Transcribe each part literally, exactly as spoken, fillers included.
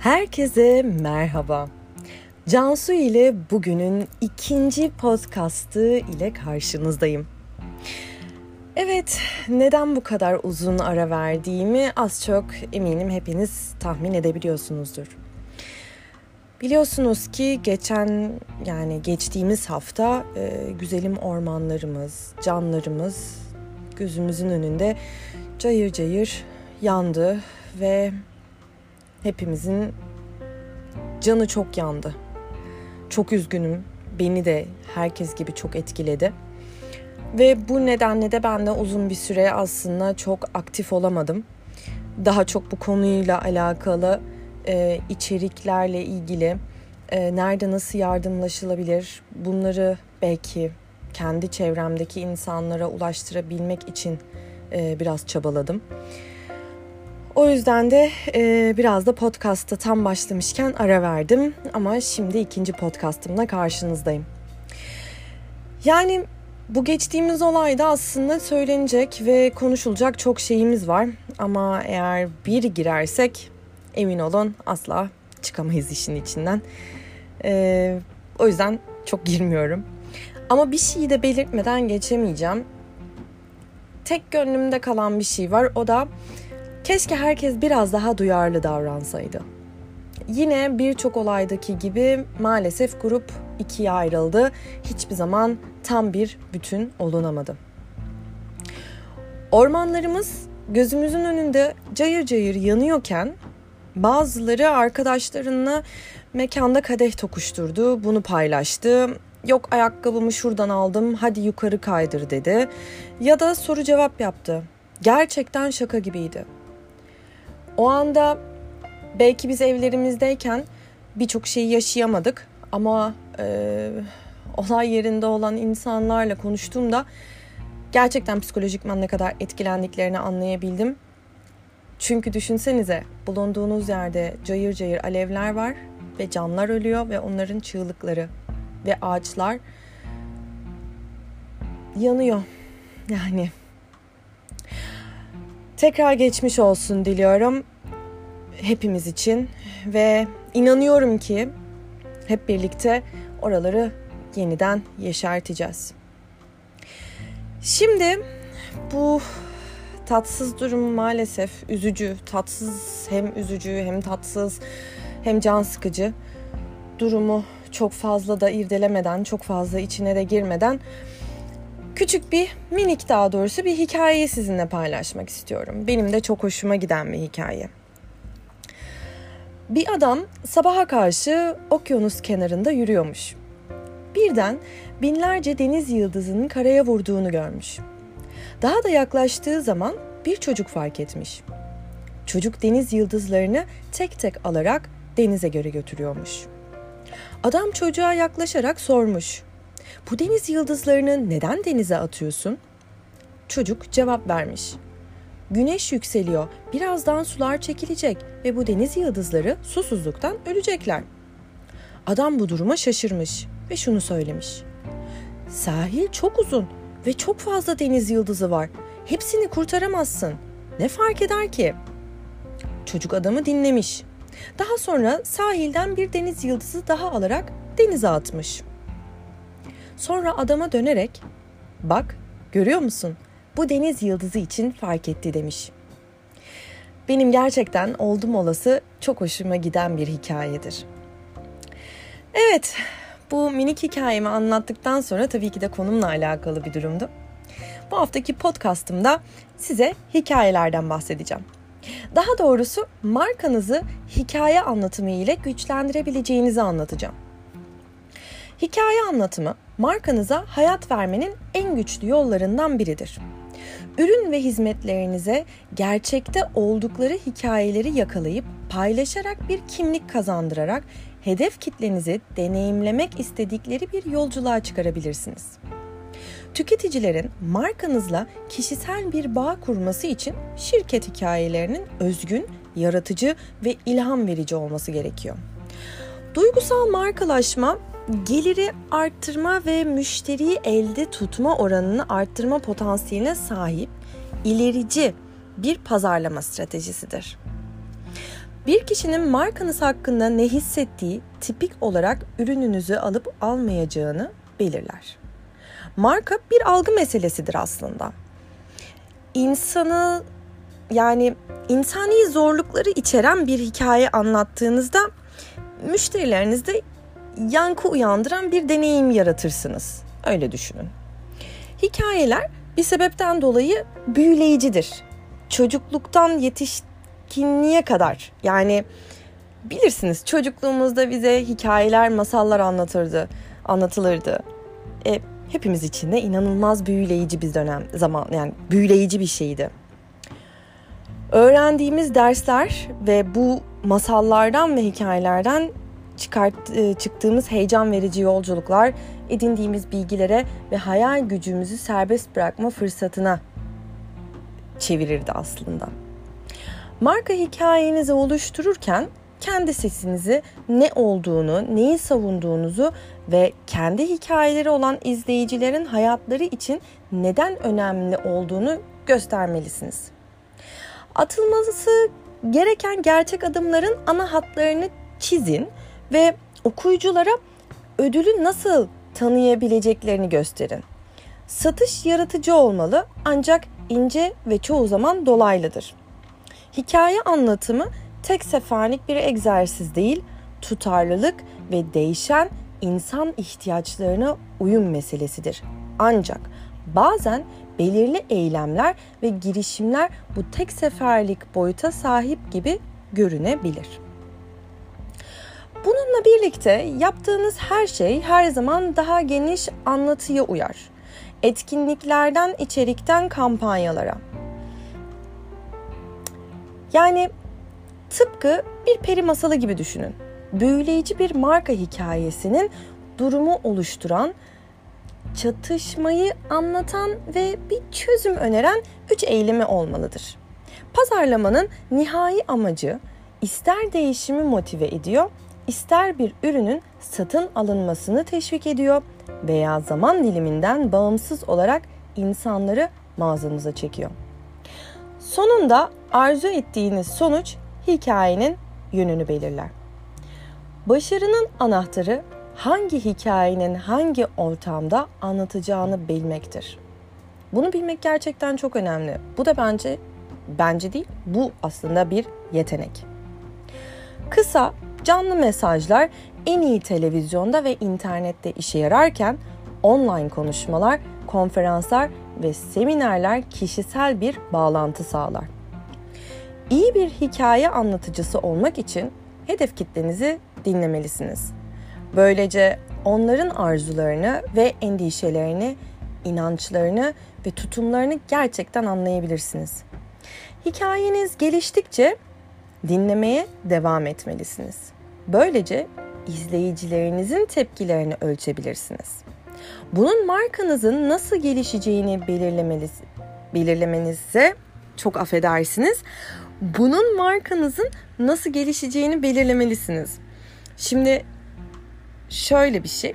Herkese merhaba. Cansu ile bugünün ikinci podcastı ile karşınızdayım. Evet, neden bu kadar uzun ara verdiğimi az çok eminim hepiniz tahmin edebiliyorsunuzdur. Biliyorsunuz ki geçen yani geçtiğimiz hafta e, güzelim ormanlarımız, canlarımız gözümüzün önünde cayır cayır yandı ve hepimizin canı çok yandı. Çok üzgünüm. Beni de herkes gibi çok etkiledi. Ve bu nedenle de ben de uzun bir süre aslında çok aktif olamadım. Daha çok bu konuyla alakalı e, içeriklerle ilgili e, nerede nasıl yardımlaşılabilir bunları belki kendi çevremdeki insanlara ulaştırabilmek için e, biraz çabaladım. O yüzden de e, biraz da podcast'a tam başlamışken ara verdim. Ama şimdi ikinci podcast'ımla karşınızdayım. Yani bu geçtiğimiz olayda aslında söylenecek ve konuşulacak çok şeyimiz var. Ama eğer bir girersek emin olun asla çıkamayız işin içinden. E, o yüzden çok girmiyorum. Ama bir şeyi de belirtmeden geçemeyeceğim. Tek gönlümde kalan bir şey var, o da keşke herkes biraz daha duyarlı davransaydı. Yine birçok olaydaki gibi maalesef grup ikiye ayrıldı. Hiçbir zaman tam bir bütün olunamadı. Ormanlarımız gözümüzün önünde cayır cayır yanıyorken bazıları arkadaşlarına mekanda kadeh tokuşturdu, bunu paylaştı. Yok ayakkabımı şuradan aldım, hadi yukarı kaydır dedi. Ya da soru cevap yaptı. Gerçekten şaka gibiydi. O anda belki biz evlerimizdeyken birçok şeyi yaşayamadık ama e, olay yerinde olan insanlarla konuştuğumda gerçekten psikolojikman ne kadar etkilendiklerini anlayabildim. Çünkü düşünsenize, bulunduğunuz yerde cayır cayır alevler var ve canlar ölüyor ve onların çığlıkları ve ağaçlar yanıyor. Yani tekrar geçmiş olsun diliyorum hepimiz için ve inanıyorum ki hep birlikte oraları yeniden yeşerteceğiz. Şimdi bu tatsız durum maalesef üzücü, tatsız hem üzücü hem tatsız hem can sıkıcı durumu çok fazla da irdelemeden, çok fazla içine de girmeden küçük bir, minik daha doğrusu bir hikayeyi sizinle paylaşmak istiyorum. Benim de çok hoşuma giden bir hikaye. Bir adam sabaha karşı okyanus kenarında yürüyormuş. Birden binlerce deniz yıldızının karaya vurduğunu görmüş. Daha da yaklaştığı zaman bir çocuk fark etmiş. Çocuk deniz yıldızlarını tek tek alarak denize göre götürüyormuş. Adam çocuğa yaklaşarak sormuş. Bu deniz yıldızlarını neden denize atıyorsun? Çocuk cevap vermiş. Güneş yükseliyor, birazdan sular çekilecek ve bu deniz yıldızları susuzluktan ölecekler. Adam bu duruma şaşırmış ve şunu söylemiş. Sahil çok uzun ve çok fazla deniz yıldızı var. Hepsini kurtaramazsın. Ne fark eder ki? Çocuk adamı dinlemiş. Daha sonra sahilden bir deniz yıldızı daha alarak denize atmış. Sonra adama dönerek, bak görüyor musun? Bu deniz yıldızı için fark etti demiş. Benim gerçekten oldum olası çok hoşuma giden bir hikayedir. Evet, bu minik hikayemi anlattıktan sonra tabii ki de konumla alakalı bir durumdu. Bu haftaki podcastımda size hikayelerden bahsedeceğim. Daha doğrusu markanızı hikaye anlatımı ile güçlendirebileceğinizi anlatacağım. Hikaye anlatımı markanıza hayat vermenin en güçlü yollarından biridir. Ürün ve hizmetlerinize gerçekte oldukları hikayeleri yakalayıp paylaşarak bir kimlik kazandırarak hedef kitlenizi deneyimlemek istedikleri bir yolculuğa çıkarabilirsiniz. Tüketicilerin markanızla kişisel bir bağ kurması için şirket hikayelerinin özgün, yaratıcı ve ilham verici olması gerekiyor. Duygusal markalaşma, geliri arttırma ve müşteriyi elde tutma oranını arttırma potansiyeline sahip ilerici bir pazarlama stratejisidir. Bir kişinin markanız hakkında ne hissettiği tipik olarak ürününüzü alıp almayacağını belirler. Marka bir algı meselesidir aslında. İnsanı yani insani zorlukları içeren bir hikaye anlattığınızda müşterilerinizde yankı uyandıran bir deneyim yaratırsınız. Öyle düşünün. Hikayeler bir sebepten dolayı büyüleyicidir. Çocukluktan yetişkinliğe kadar, yani bilirsiniz çocukluğumuzda bize hikayeler, masallar anlatırdı, anlatılırdı. E, hepimiz için de inanılmaz büyüleyici bir dönem, zaman, yani büyüleyici bir şeydi. Öğrendiğimiz dersler ve bu masallardan ve hikayelerden çıkart, çıktığımız heyecan verici yolculuklar, edindiğimiz bilgilere ve hayal gücümüzü serbest bırakma fırsatına çevirirdi aslında. Marka hikayenizi oluştururken kendi sesinizi, ne olduğunu, neyi savunduğunuzu ve kendi hikayeleri olan izleyicilerin hayatları için neden önemli olduğunu göstermelisiniz. Atılması gereken gerçek adımların ana hatlarını çizin ve okuyuculara ödülü nasıl tanıyabileceklerini gösterin. Satış yaratıcı olmalı ancak ince ve çoğu zaman dolaylıdır. Hikaye anlatımı tek seferlik bir egzersiz değil, tutarlılık ve değişen insan ihtiyaçlarına uyum meselesidir. Ancak bazen belirli eylemler ve girişimler bu tek seferlik boyuta sahip gibi görünebilir. Bununla birlikte yaptığınız her şey her zaman daha geniş anlatıya uyar. Etkinliklerden, içerikten kampanyalara. Yani tıpkı bir peri masalı gibi düşünün. Büyüleyici bir marka hikayesinin durumu oluşturan, çatışmayı anlatan ve bir çözüm öneren üç eğilimi olmalıdır. Pazarlamanın nihai amacı ister değişimi motive ediyor, ister bir ürünün satın alınmasını teşvik ediyor veya zaman diliminden bağımsız olarak insanları mağazanıza çekiyor. Sonunda arzu ettiğiniz sonuç hikayenin yönünü belirler. Başarının anahtarı hangi hikayenin hangi ortamda anlatacağını bilmektir. Bunu bilmek gerçekten çok önemli. Bu da bence bence değil, bu aslında bir yetenek. Kısa, canlı mesajlar en iyi televizyonda ve internette işe yararken online konuşmalar, konferanslar ve seminerler kişisel bir bağlantı sağlar. İyi bir hikaye anlatıcısı olmak için hedef kitlenizi dinlemelisiniz. Böylece onların arzularını ve endişelerini, inançlarını ve tutumlarını gerçekten anlayabilirsiniz. Hikayeniz geliştikçe dinlemeye devam etmelisiniz. Böylece izleyicilerinizin tepkilerini ölçebilirsiniz. Bunun markanızın nasıl gelişeceğini belirlemeliz, belirlemenize çok affedersiniz. Bunun markanızın nasıl gelişeceğini belirlemelisiniz. Şimdi şöyle bir şey.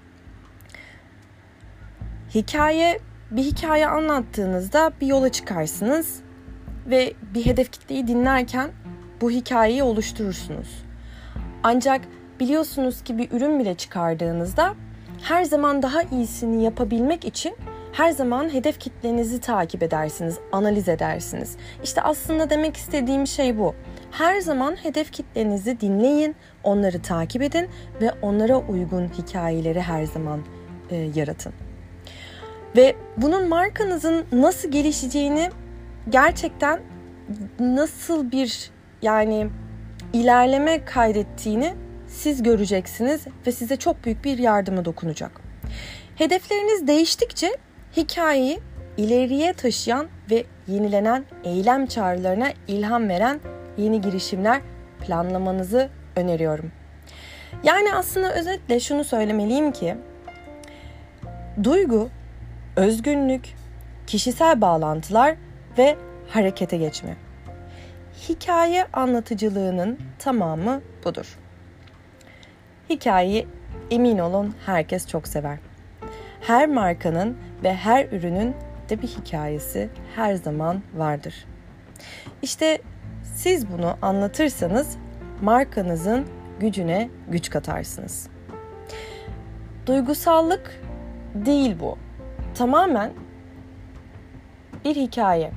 Hikaye, bir hikaye anlattığınızda bir yola çıkarsınız ve bir hedef kitleyi dinlerken bu hikayeyi oluşturursunuz. Ancak biliyorsunuz ki bir ürün bile çıkardığınızda her zaman daha iyisini yapabilmek için her zaman hedef kitlenizi takip edersiniz, analiz edersiniz. İşte aslında demek istediğim şey bu. Her zaman hedef kitlenizi dinleyin, onları takip edin ve onlara uygun hikayeleri her zaman e, yaratın. Ve bunun markanızın nasıl gelişeceğini, gerçekten nasıl bir yani ilerleme kaydettiğini siz göreceksiniz ve size çok büyük bir yardımı dokunacak. Hedefleriniz değiştikçe hikayeyi ileriye taşıyan ve yenilenen eylem çağrılarına ilham veren yeni girişimler planlamanızı öneriyorum. Yani aslında özetle şunu söylemeliyim ki, duygu, özgünlük, kişisel bağlantılar ve harekete geçme. Hikaye anlatıcılığının tamamı budur. Hikayeyi emin olun herkes çok sever. Her markanın ve her ürünün de bir hikayesi her zaman vardır. İşte siz bunu anlatırsanız markanızın gücüne güç katarsınız. Duygusallık değil bu. Tamamen bir hikaye.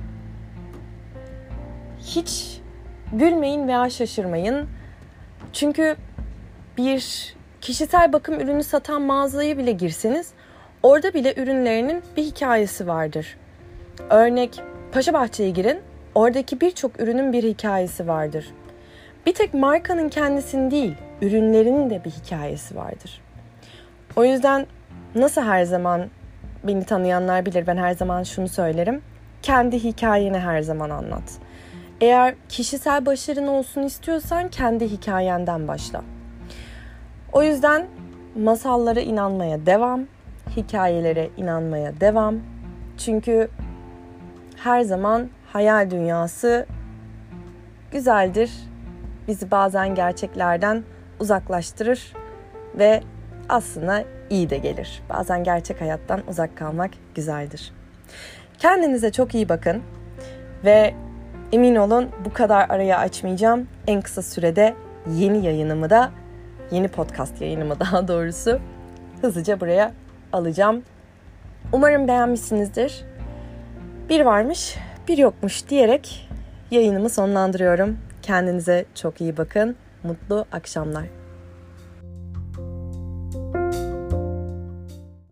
Hiç gülmeyin veya şaşırmayın. Çünkü bir kişisel bakım ürünü satan mağazaya bile girseniz orada bile ürünlerinin bir hikayesi vardır. Örnek Paşabahçe'ye girin, oradaki birçok ürünün bir hikayesi vardır. Bir tek markanın kendisinin değil, ürünlerinin de bir hikayesi vardır. O yüzden nasıl her zaman beni tanıyanlar bilir, ben her zaman şunu söylerim. Kendi hikayeni her zaman anlat. Eğer kişisel başarın olsun istiyorsan kendi hikayenden başla. O yüzden masallara inanmaya devam, hikayelere inanmaya devam. Çünkü her zaman hayal dünyası güzeldir. Bizi bazen gerçeklerden uzaklaştırır ve aslında iyi de gelir. Bazen gerçek hayattan uzak kalmak güzeldir. Kendinize çok iyi bakın ve emin olun bu kadar araya açmayacağım. En kısa sürede yeni yayınımı da, yeni podcast yayınımı daha doğrusu hızlıca buraya alacağım. Umarım beğenmişsinizdir. Bir varmış, bir yokmuş diyerek yayınımı sonlandırıyorum. Kendinize çok iyi bakın. Mutlu akşamlar.